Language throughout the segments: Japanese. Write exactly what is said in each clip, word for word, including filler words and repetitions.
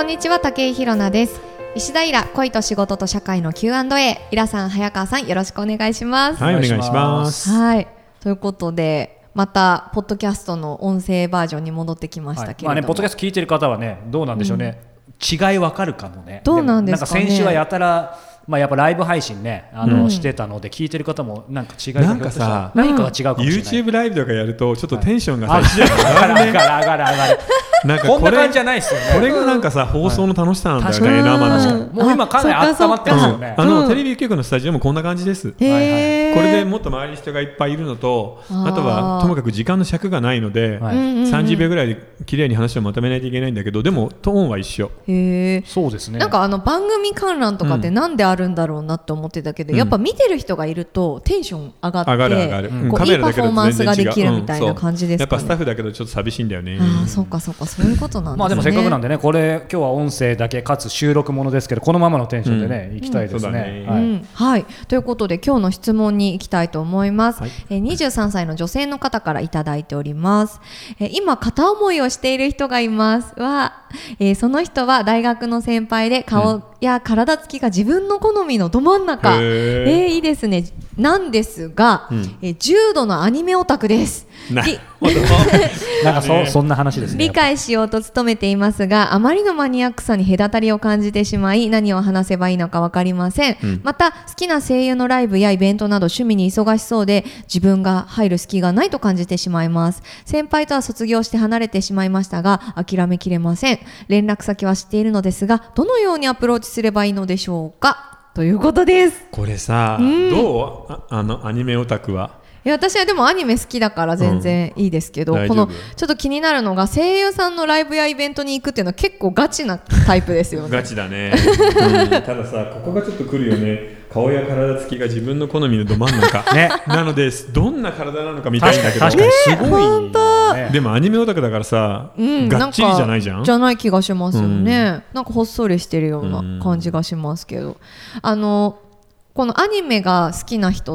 にちは、武井宏奈です。石田イラ、恋と仕事と社会の キューアンドエー。 イラさん、早川さん、よろしくお願いします。 はい、お願いします。 はい、ということでまたポッドキャストの音声バージョンに戻ってきましたけれども、 はい、まあね、ポッドキャスト聞いてる方はね、どうなんでしょうね、うん、違いわかるかもね。 どうなんですかね。 なんか先週はやたら、まあ、やっぱライブ配信ね、あの、うん、してたので聞いてる方もなんか違いが、 なんかさ、 何かが違うかもしれない。 YouTube ライブとかやるとちょっとテンションがさ、 はい、上がる上がる上がる上がるなんかこんな感じじゃないですよね。 これがなんかさ、放送の楽しさなんだよね、 はい、 生の。 もう今かなり温まってますよね。 あの、うん、テレビ局のスタジオもこんな感じです。 へー、 これでもっと周りに人がいっぱいいるのと、あとはともかく時間の尺がないので、はい、さんじゅうびょうぐらいで綺麗に話をまとめないといけないんだけど、でもトーンは一緒。 へー、 そうですね。 なんかあの番組観覧とかってなんであるんだろうなって思ってたけど、うん、やっぱ見てる人がいるとテンション上がって、 上がる上がる、うん、 こういいパフォーマンスができるみたいな感じですかね。 やっぱスタッフだけどちょっと寂しいんだよね。 あ、そうかそうか、そういうことなんですね。 まあでもせっかくなんでね、これ今日は音声だけかつ収録ものですけど、このままのテンションでね、うん、いきたいですね。 はい、うん、はい、ということで今日の質問に行きたいと思います。はい、えー、にじゅうさんさいの女性の方からいただいております。えー、今片思いをしている人がいますは、えー、その人は大学の先輩で顔や体つきが自分の好みのど真ん中、うん、えー、いいですね。なんですが、うん、えー、重度のアニメオタクです。 ななんか そ, そんな話ですね。 理解しようと努めていますが、あまりのマニアックさに隔たりを感じてしまい、何を話せばいいのか分かりません。うん、また好きな声優のライブやイベントなど趣味に忙しそうで、自分が入る隙がないと感じてしまいます。先輩とは卒業して離れてしまいましたが、諦めきれません。連絡先は知っているのですが、どのようにアプローチすればいいのでしょうか、ということです。 これさ、うん、どう あ, あのアニメオタクは。 いや、私はでもアニメ好きだから全然いいですけど、うん、このちょっと気になるのが、声優さんのライブやイベントに行くっていうのは結構ガチなタイプですよね。 ガチだね、うん、たださ、ここがちょっとくるよね。顔や体つきが自分の好みのど真ん中、ね、なのでどんな体なのか見たいんだけど、 確かにすごい、 ね、 でもアニメオタクだからさ、うん、がっちりじゃないじゃん。 じゃない気がしますよね、うん、なんかほっそりしてるような感じがしますけど、うん、あのこのアニメが好きな人って、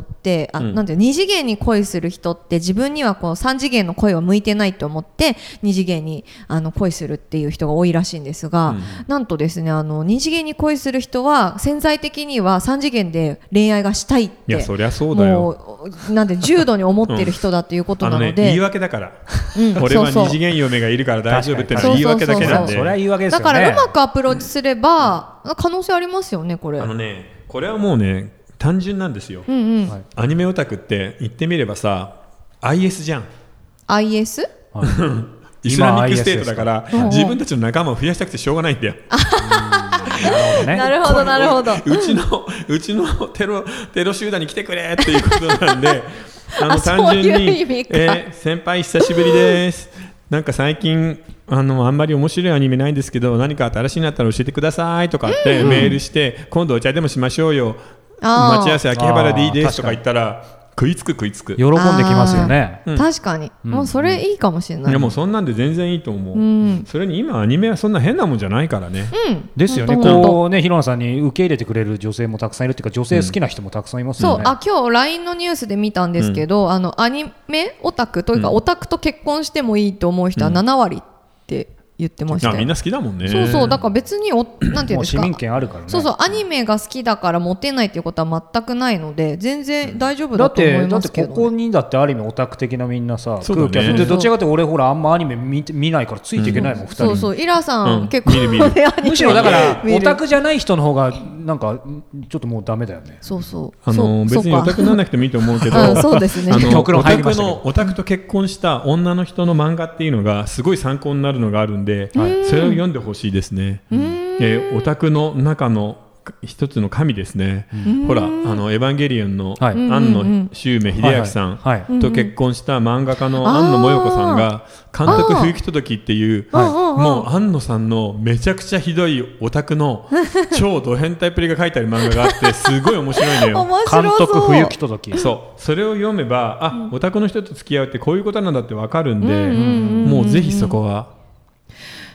あ、うん、なんていう、二次元に恋する人って自分にはこう三次元の恋は向いてないと思って二次元にあの恋するっていう人が多いらしいんですが、うん、なんとですね、あの二次元に恋する人は潜在的には三次元で恋愛がしたいって、 いや、そりゃそうだよ、 もうなんで重度に思ってる人だということなので、うん、あのね、 言い訳だから、うん、俺は二次元嫁がいるから大丈夫ってのは言い訳だけなんで、 それは言い訳ですよね。 だからうまくアプローチすれば可能性ありますよね、これ。 あのね、これはもうね、単純なんですよ、うんうん、アニメオタクって言ってみればさ アイエス じゃん。 アイエス？ イスラミックステートだから、自分たちの仲間を増やしたくてしょうがないんだよ。 なるほどなるほど。 うちのうちのテロテロ集団に来てくれっていうことなんで、あの単純に、えー、先輩久しぶりです、なんか最近あのあんまり面白いアニメないんですけど、何か新しいのあったら教えてくださいとかってメールして、うん、今度お茶でもしましょうよ、待ち合わせ秋葉原でいいですとか言ったら食いつく食いつく、 喜んできますよね、 うん、確かに、うん、もうそれいいかもしれない。 いや、もうそんなんで全然いいと思う、うん、それに今アニメはそんな変なもんじゃないからね、 うん、 ですよね。こうね、ひろなさんに受け入れてくれる女性もたくさんいるっていうか、女性好きな人もたくさんいますよね、 うん、そう、あ、今日 ライン のニュースで見たんですけど、うん、あのアニメオタクというか、うん、オタクと結婚してもいいと思う人はななわりって言ってましたよ。 みんな好きだもんね。 そうそう、だから別におなんていうんですか、 市民権あるからね。 そうそう、アニメが好きだからモテないっていうことは全くないので、全然大丈夫だと思いますけど、ね、 だってだってここにだってある意味オタク的なみんなさ、 そうだね、 空気でどちらかというと俺ほらあんまアニメ 見, 見ないからついていけないもん、うん、ふたり。 そうそう、イラさん、うん、結構見る見るむしろだからオタクじゃない人の方がなんかちょっともうダメだよね。 そうそう、 あの別にオタクにならなくてもいいと思うけど、 あ、そうですね、 あのオタクのオタクと結婚した女の人の漫画っていうのがすごい参考になるのがあるんで、はい、それを読んでほしいですね。えー、オタクの中の一つの神ですね。ほら、あのエヴァンゲリオンの庵野秀明秀明さんと結婚した漫画家の庵野もよこさんが監督不行き届きっていう、もう庵野さんのめちゃくちゃひどいオタクの超ド変態っぷりが書いてある漫画があってすごい面白いのよ。 監督不行き届き。 そう、それを読めば、あ、オタクの人と付き合うってこういうことなんだって分かるんで、もうぜひそこは。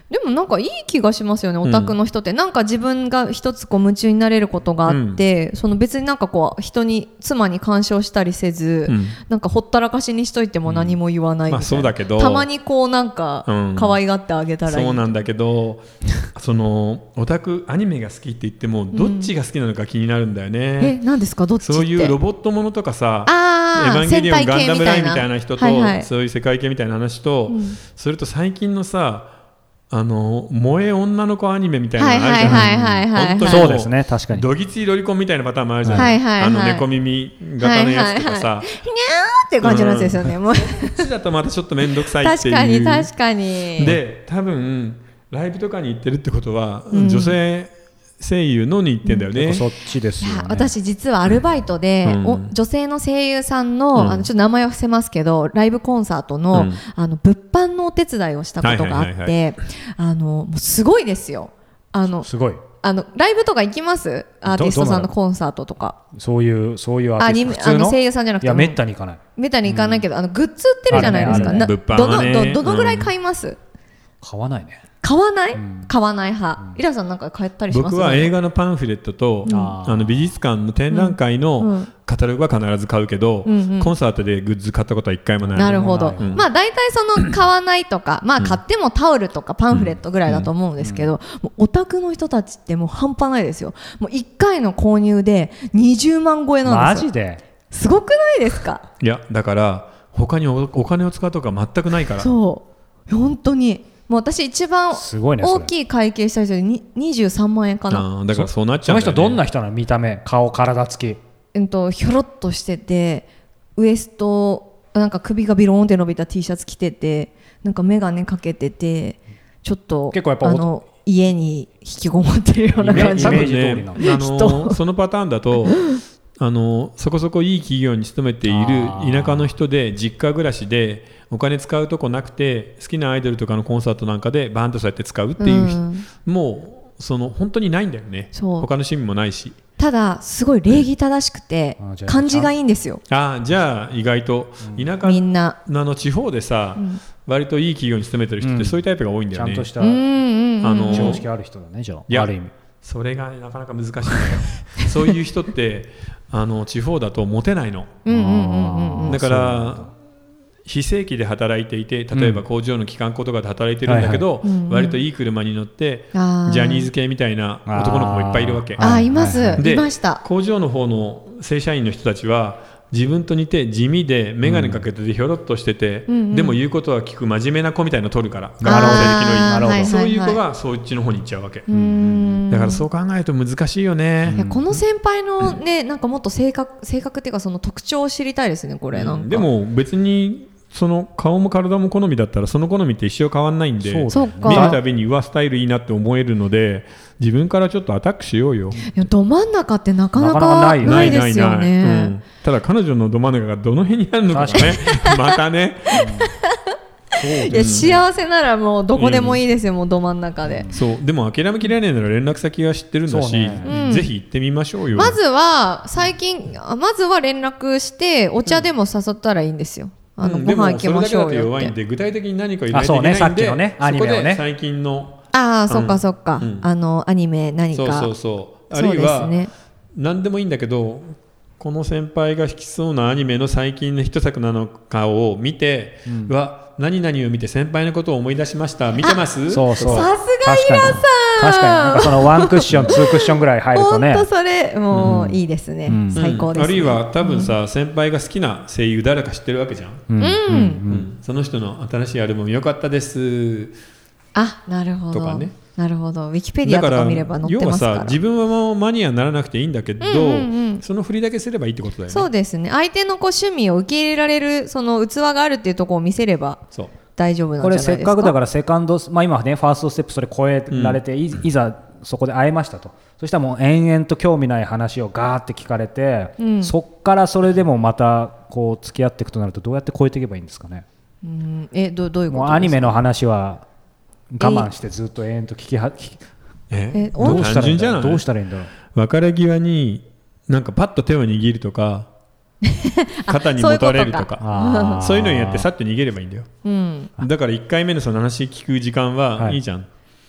でもなんかいい気がしますよね、オタクの人って、うん、なんか自分が一つこう夢中になれることがあって、うん、その別になんかこう人に妻に干渉したりせず、うん、なんかほったらかしにしといても何も言わないみたいな、うんまあ、そうだけどたまにこうなんか可愛がってあげたらいい、 うん、そうなんだけどそのオタクアニメが好きって言ってもどっちが好きなのか気になるんだよね、うん、 え何ですかどっちってそういうロボットものとかさエヴァンゲリオンガンダムラインみたいな人と、はいはい、そういう世界系みたいな話と、うん、それと最近のさあの萌え女の子アニメみたいなのあるじゃない本当にそうですね確かにドギツイロリコンみたいなパターンもあるじゃない、はいはいはい、あの猫耳型のやつとかさ、はいはいはい、にゃーっていう感じのやつですよね、うん、もうこっちだとまたちょっと面倒くさいっていう確かに確かにで多分ライブとかに行ってるってことは、うん、女性声優のに行ってんだよね、 うん、そっちですよね。 私実はアルバイトで、うん、お女性の声優さんの、うん、あのちょっと名前を伏せますけどライブコンサートの、うん、あの物販のお手伝いをしたことがあって、はいはいはいはい、あのもうすごいですよあのすごいあのライブとか行きますアーティストさんのコンサートとかそういうそういうアーティスト普通のあの声優さんじゃなくていやめったに行かないめったに行かないけど、うん、あのグッズ売ってるじゃないですか、ねね、どの、ど、どのぐらい買います、うん、 買わないね買わない、うん、買わない派、うん、イラさんなんか買ったりします？ 僕は映画のパンフレットと、うん、あの美術館の展覧会のカタログは必ず買うけど、うんうん、コンサートでグッズ買ったことは一回もない。 なるほど、うん、まあ大体その買わないとかまあ買ってもタオルとかパンフレットぐらいだと思うんですけど、もうオタクの人たちってもう半端ないですよ。もういっかいの購入でにじゅうまん超えなんですよ。 マジですごくないですか？ いやだから他に お, お金を使うとか全くないから。 そう本当にもう私一番大きい会計した人でににじゅうさんまんえんかな。 あだからそうなっちゃうんだよね。 その人どんな人なの見た目顔体つき、 えっと、ひょろっとしててウエストなんか首がビローンって伸びた T シャツ着ててなんか眼鏡かけててちょっと結構やっぱあの家に引きこもってるような感じの人、ね、あのそのパターンだとあのそこそこいい企業に勤めている田舎の人で実家暮らしでお金使うとこなくて好きなアイドルとかのコンサートなんかでバーンとそうやって使うっていう、うん、もうその本当にないんだよね。他の趣味もないし。 ただすごい礼儀正しくて感じがいいんですよ。 あじゃあ意外と田舎みんなの地方でさ、うん、割といい企業に勤めてる人ってそういうタイプが多いんだよね、 うん、ちゃんとした、うんうんうん、あの常識ある人だね。じゃあいやある意味それがなかなか難しいんだよそういう人ってあの地方だとモテないの、うんうんうんうん、だから非正規で働いていて例えば工場の機関工とかで働いてるんだけど、うんはいはい、割といい車に乗ってジャニーズ系みたいな男の子もいっぱいいるわけ。 ああいます、 でいました。 工場の方の正社員の人たちは自分と似て地味で眼鏡かけててひょろっとしてて、うん、でも言うことは聞く真面目な子みたいなの取るからなるほどなるほどそういう子がそっちの方に行っちゃうわけ。だからそう考えると難しいよね。 いやこの先輩のねなんかもっと性格性格っていうかその特徴を知りたいですねこれ。なんか、 うん、でも別にその顔も体も好みだったらその好みって一生変わんないんで、見るたびにうわスタイルいいなって思えるので自分からちょっとアタックしようよ。 いやど真ん中ってなかなかないですよね。 うん、ただ彼女のど真ん中がどの辺にあるのかねまたね、 うん、いや幸せならもうどこでもいいですよ、うん、もうど真ん中で。 そうでも諦めきれないなら連絡先は知ってるんだし、ねうん、ぜひ行ってみましょうよ。 まずは最近まずは連絡してお茶でも誘ったらいいんですよ、うんあのうん、 ご飯行きましょうよって。でもそれだけだと弱いんで具体的に何か入れないといけないんで、 そうね、さっきのねアニメをね、 そこで最近のああ、うん、そっかそっか、うん、あのアニメ何かそうそうそうあるいは、ね、何でもいいんだけどこの先輩が好きそうなアニメの最近の一作なのかを見て、うん、わ何々を見て先輩のことを思い出しました見てますそうそうさすがイラさん確かになんかそのワンクッションツークッションぐらい入るとねほんとそれもういいですね、うん、最高ですね、 うん、あるいは多分さ、うん、先輩が好きな声優誰か知ってるわけじゃん、うんうんうん、その人の新しいアルバム良かったですあなるほどとかねなるほどウィキペディアとか見れば載ってますから要はさ自分はもうマニアにならなくていいんだけど、うんうんうん、その振りだけすればいいってことだよね。 そうですね相手のこう趣味を受け入れられるその器があるっていうところを見せれば大丈夫なんじゃないですか。 これせっかくだからセカンド、まあ、今ねファーストステップそれ超えられて、うん、い, いざそこで会えましたとそしたらもう延々と興味ない話をガーって聞かれて、うん、そっからそれでもまたこう付き合っていくとなるとどうやって超えていけばいいんですかね。 うん、え ど, どういうことですか。 もうアニメの話は我慢してずっと延々と聞きは聞きえどうしたらいいんだろう。 どうしたらいいんだろう。 別れ際になんかパッと手を握るとか肩に持たれるとかそういうのをやってさっと逃げればいいんだよ、うん、だからいっかいめのその話聞く時間はいいじゃん、はい、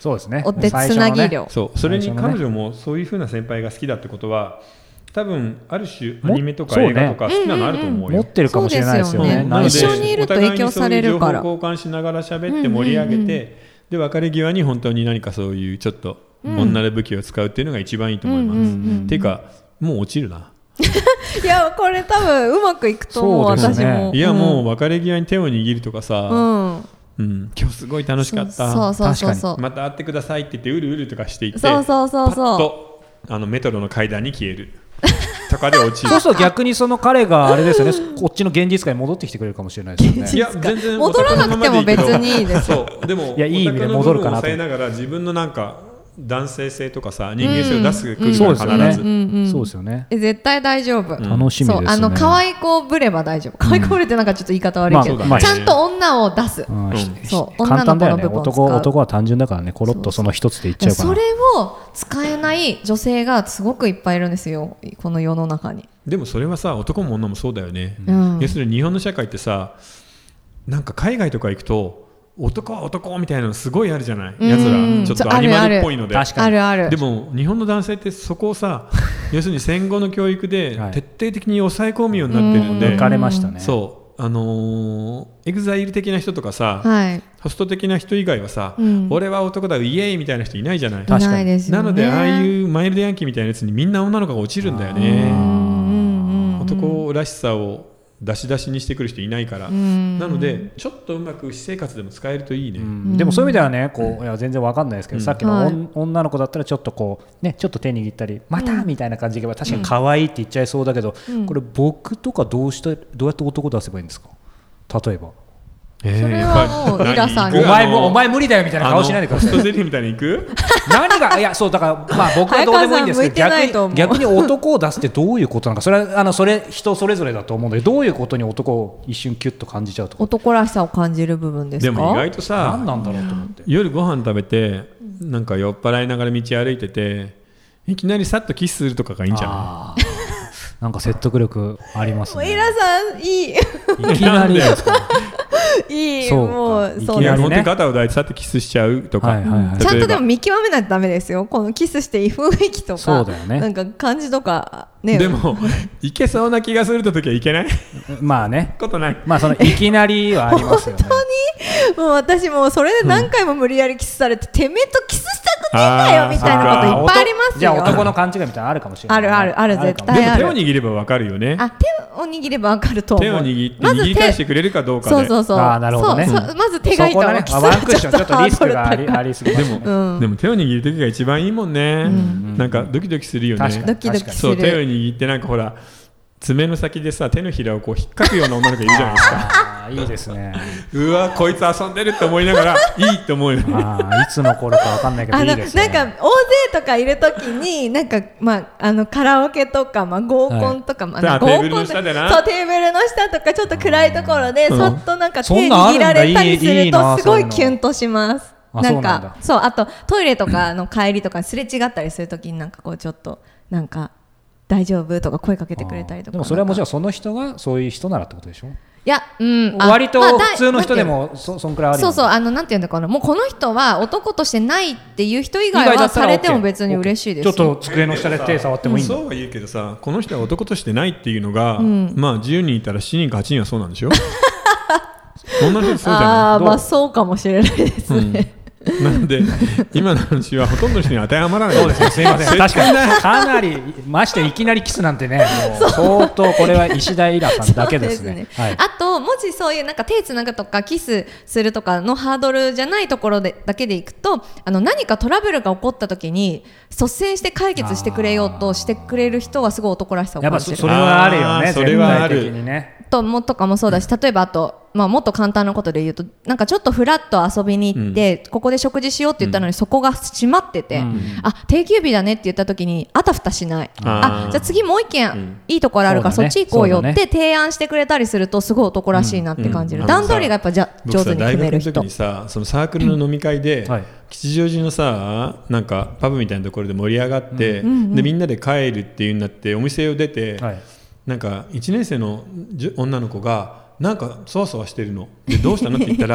そうですね、 お手つなぎ量、 そうそれに最初のね彼女もそういう風な先輩が好きだってことは多分ある種アもニメとかそうね映画とか好きなのあると思うよ。 持ってるかもしれないですよね。 そうですよねなので一緒にいると影響されるからお互いにそういう情報交換しながら喋って盛り上げて、 うんうんうんで別れ際に本当に何かそういうちょっと女の武器を使うっていうのが一番いいと思います、 うんうんうんうんっていうかもう落ちるな。 いやこれ多分うまくいくと思う、 そうですね私も。 いやもう別れ際に手を握るとかさ、 うん、うんうん、今日すごい楽しかった、 そうそうそうそうまた会ってくださいって言ってうるうるとかしていって、 そうそうそうそうパッとあのメトロの階段に消えるとかで落ちるそうすると逆にその彼があれですよね、こっちの現実界に戻ってきてくれるかもしれないですよね。 いや全然戻らなくても別にいいですよ。 そうでもいやいい意味でオタクの戻るかなと部分を抑えながら自分のなんか男性性とかさ人間性を出すくるそうから必ず、 ですよね、 うんうんそうですよね。 え絶対大丈夫、 ん楽しみですね。 そうあの可愛い子ぶれば大丈夫。可愛い子ぶれってなんかちょっと言い方悪いけど、 まあちゃんと女を出す、 うんうんそう簡単だよね。 女の子の部分を使う男男は単純だからね、コロッとその一つでいっちゃうかな。 それを使えない女性がすごくいっぱいいるんですよ、この世の中に。 でもそれはさ男も女もそうだよね、 うん要するに日本の社会ってさなんか海外とか行くと男は男みたいなのすごいあるじゃない、 うんやつらちょっとアニマルっぽいので、 確かにあるある。 でも日本の男性ってそこをさ要するに戦後の教育ではい徹底的に抑え込むようになってるんで、 抜かれましたね。 そうあのー、エグザイル的な人とかさ、 はい、 ホスト的な人以外はさ、 うん俺は男だイエーイみたいな人いないじゃない。 確かにいないですよね。 なのでああいうマイルドヤンキーみたいなやつにみんな女の子が落ちるんだようんうね。 んうんうん男らしさを出し出しにしてくる人いないから、 うんなのでちょっとうまく私生活でも使えるといいね、 うんでもそういう意味ではね、こういや全然わかんないですけど、 うんさっきの、 はい女の子だったらちょっとこうね、ちょっと手握ったり、またみたいな感じで言えば確かに可愛いって言っちゃいそうだけど、 うんこれ僕とかどうしてどうやって男出せばいいんですか？例えば。 えそれはもうイラさんにお前もお前無理だよみたいな顔しないでください。 ホストゼリーみたいに行く何がいやそうだからまあ僕はどうでもいいんですけど、 早川さん向いてないと思う逆に逆に男を出すってどういうことなのか、それはあのそれ人それぞれだと思うんだけど、どういうことに男を一瞬キュッと感じちゃうとか、 男らしさを感じる部分ですか？ でも意外とさ何なんだろうと思って。 夜ご飯食べてなんか酔っ払いながら道歩いてていきなりさっとキスするとかがいいんじゃなあーなんか説得力ありますね。 もうイラさんいいいきなりですか？ いいそうかもういきそうですいいや本当ねに肩を抱いてさってキスしちゃうとか、 はいはいはいちゃんとでも例え見極めないとダメですよ。このキスしていい雰囲気とかそうだよねなんか感じとかね。 ばでもいけそうな気がするときはいけないまあね、 ことない。 まあそのいきなりはありますよね。 もう私もうそれで何回も無理やりキスされて、てめえとキスしたくねえんだよみたいなこといっぱいありますよ。 じゃあ男の勘違いみたいなのあるかもしれないね。 あるあるある絶対でもある手を握ればわかるよね。 あ手を握ればわかると思う。 手を握ってまず握り返してくれるかどうかで。 そうそうそう。 あーなるほどねそうそうまず手がいいと思う。 そこね、まあワンクッションちょっとリスクがありハードル高いありすぎますね。 でも、 うんでも手を握る時が一番いいもんね、 んなんかドキドキするよね。 確かにドキドキすそう手をる。 握ってなんかほら爪の先でさ手のひらをこう引っかくような女の子いるじゃないですか。 あーいいですね。 うわこいつ遊んでるって思いながらいいって思うよね。 あーいつの頃かわかんないけどあのいいですね。 なんか大勢とかいるときになんかまああのカラオケとかまあ合コンとか、まあ合コンあテーブルの下でなそうテーブルの下とかちょっと暗いところでうんそっとなんか手そんなんあるんだ握られたりすいいいるいなとすごいそういうのキュンとします。 あなんそうなんだかそうあとトイレとかの帰りとかすれ違ったりするときになんかこうちょっとなんか大丈夫とか声かけてくれたりとか。 でもそれはもちろんんその人がそういう人ならってことでしょ。 いやうんあ割とまあだ普通の人でなんていうもそそんくらいあるそうそううあのなんていうんだかなもうこの人は男としてないっていう人以外は以外だったらされて OK も別に嬉しいですよ。 ちょっと机の下で手触ってもいいんだ。 そうは言うけどさこの人は男としてないっていうのが、 んまあじゅうにんいたらしちにんかはちにんはそうなんでしょ女の人ってそうじあゃないあまあそうかもしれないですね。 なので今の話はほとんどの人に当てはまらない。 そうですね、すみません。確かにかなりましていきなりキスなんてね、もう相当これは石田イラさんだけですね。 そうはい。 あともしそういうなんか手つなぐとかキスするとかのハードルじゃないところでだけでいくとあの何かトラブルが起こった時に率先して解決してくれようとしてくれる人はすごい男らしさをやっ感じる。 ぱそそれはあるよね。 あーそれはある全体的にね。 ともとかもそうだし例えばあと、まあ、もっと簡単なことで言うとなんかちょっとフラッと遊びに行って、ここで食事しようって言ったのに、そこが閉まってて、あ定休日だねって言った時にあたふたしないああーじゃあ次もう一軒、 んいいところあるからそ,、 そうだねっち行こうよっそうだて提案してくれたりするとすごい男らしいなって感じる、 うん段取りがやっぱじゃ僕さ上手に大学の時組める人にさそのサークルの飲み会で、 はい吉祥寺のさなんかパブみたいなところで盛り上がって、でみんなで帰るっていうになってお店を出て、 はい。 なんかいちねん生のじゅ女の子がなんかそわそわしてるのでどうしたのって言ったら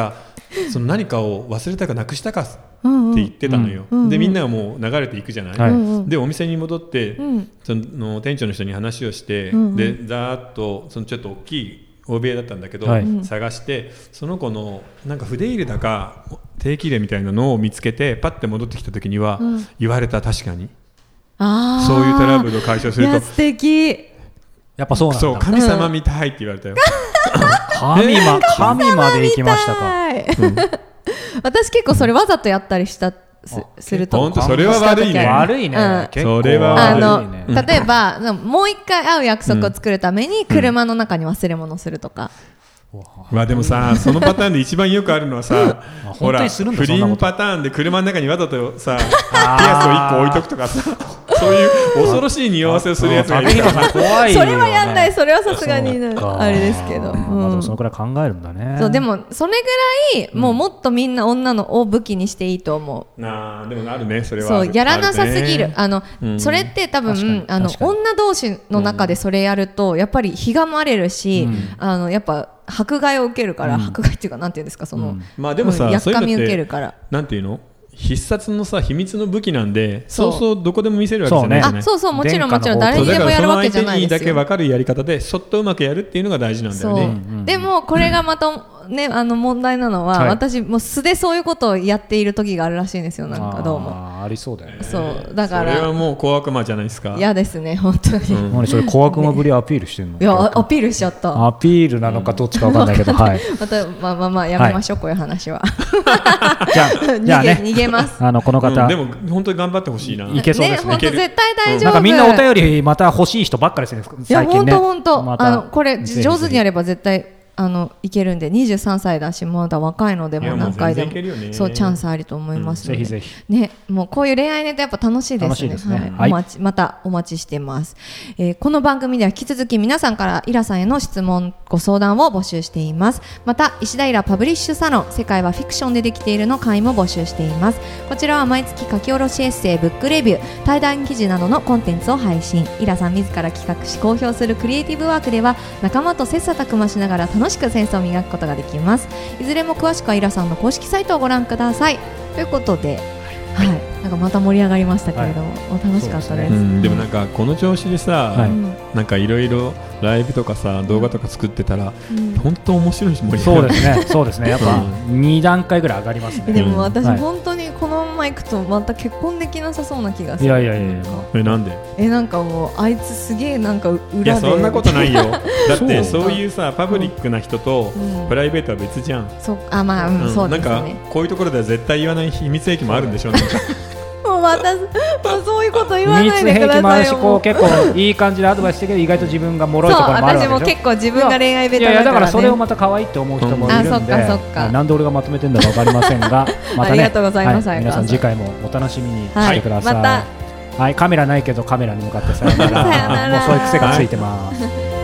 その何かを忘れたかなくしたかってうんうん言ってたのよ、 うんうんでみんなはもう流れていくじゃない、 はいうんうんでお店に戻って、 うんその店長の人に話をして、 うんうんでざーっとそのちょっと大きい欧米だったんだけど、 はい探してその子のなんか筆入れだか定期入れみたいなのを見つけてパッて戻ってきた時には、 うん言われた。確かにあーそういうトラブルを解消するといや素敵やっぱそうなんだ。 そう神様みたいって言われたよ、 神ま神まで行きましたか。 はい私結構それわざとやったりしたすするとほんとそれは悪いね悪いね。 うん結構それはあ悪いのうん例えばもう一回会う約束を作るために車の中に忘れ物するとか、 まあでもさそのパターンで一番よくあるのはさほら本当にするんだ不そんなこと倫パターンで車の中にわざとさピアスをいっこ置いとくとかさそういう恐ろしい匂わせをするやつがいるから竹広さん怖いよね。 それはやんないそれはさすがにねそうかあれですけど、 まあでうんもそのくらい考えるんだね。 そうでもそれぐらいもうもっとみんな女のを武器にしていいと思う。 なあでもあるねそれはそうやらなさすぎる、 ああの、 うんそれって多確かに分あの確かに女同士の中でそれやるとやっぱりひがまれるし、 うんあのやっぱ迫害を受けるから、 うん迫害っていうかなんていうんですかその、 うんまあでもさ、 うんやっかみそういうのって受けるから。 なんていうの必殺のさ秘密の武器なんでそそううそうどこでも見せるわけじゃないじゃないあそうそうもちろんもちろん殿下の誰にでもやるわけじゃないですよ。 そうだからその相手にだけ分かるやり方でそっとうまくやるっていうのが大事なんだそう、 よね。 んでもこれがまたねあの問題なのは、 はい私もう素でそういうことをやっている時があるらしいんですよなんかどうも。 あーありそうだよね。 そうだかそれはらもう小悪魔じゃないですか。 嫌ですね本当に、 うん何それ小悪魔ぶりアピールしてんの？ いやアアピールしちゃった。 アピールなのかどっちかわかんないけど、はい。 またまあまあまあやめましょう、こういう話は。 じゃあ逃じゃあげね、 逃げます。 あのこの方、 うんでも本当に頑張ってほしいな。 いけそうですね本当絶対大丈夫。 なんかみんなお便りまた欲しい人ばっかりですね。 いや最近ね。 本当本当またあのこれぜひぜひ上手にやれば絶対あのいけるんでにじゅうさんさいだしまだ若いのでもういやもう何回でも全然いけるよねそうチャンスあると思いますので、 ぜひぜひ。 ね、もうこういう恋愛ネタやっぱ楽しいですね。 楽しいですねはいはいお待ちまたお待ちしてます、えーこの番組では引き続き皆さんからイラさんへの質問ご相談を募集しています。また石田イラパブリッシュサロン世界はフィクションでできているの会も募集しています。こちらは毎月書き下ろしエッセイブックレビュー対談記事などのコンテンツを配信。イラさん自ら企画し公表するクリエイティブワークでは仲間と切磋琢磨しながら楽しくセンスを磨くことができます。いずれも詳しくはイラさんの公式サイトをご覧ください。ということで、はい、なんかまた盛り上がりましたけれども、お楽しかったです。 うんうんでもなんかこの調子でさ、 はいうんなんかいろいろライブとかさ動画とか作ってたらうん本当面白いし盛り上がる。 そうですね。そうですね。やっぱに段階ぐらい上がりますね。 でも私、 はい本当にこのまま行くとまた結婚できなさそうな気がする。 いやいやいやいや。 えなんで？ えなんかもうあいつすげえなんか裏でいやそんなことないよ。だってそうそういうさパブリックな人とうんプライベートは別じゃん。 そあまあ、うんうんそうですなんかね。 こういうところでは絶対言わない秘密兵器もあるんでしょ。なんかもう私もうそういうこと言わ秘密ないでくだ兵器もあるし、 さいよ。もうこう結構いい感じでアドバイスしてるけど意外と自分が脆いそうところもあるわけでしょ。 私も結構自分が恋愛ベタいやいやだからだからね。 それをまた可愛いって思う人もいるんで、 うんあそっかそっかなんで俺がまとめてんだかわかりませんが、またね、 ありがとうございますはい皆さん次回もお楽しみにしてください。 はいまはい、カメラないけどカメラに向かってさよなら。 さよならもうそういう癖がついてます。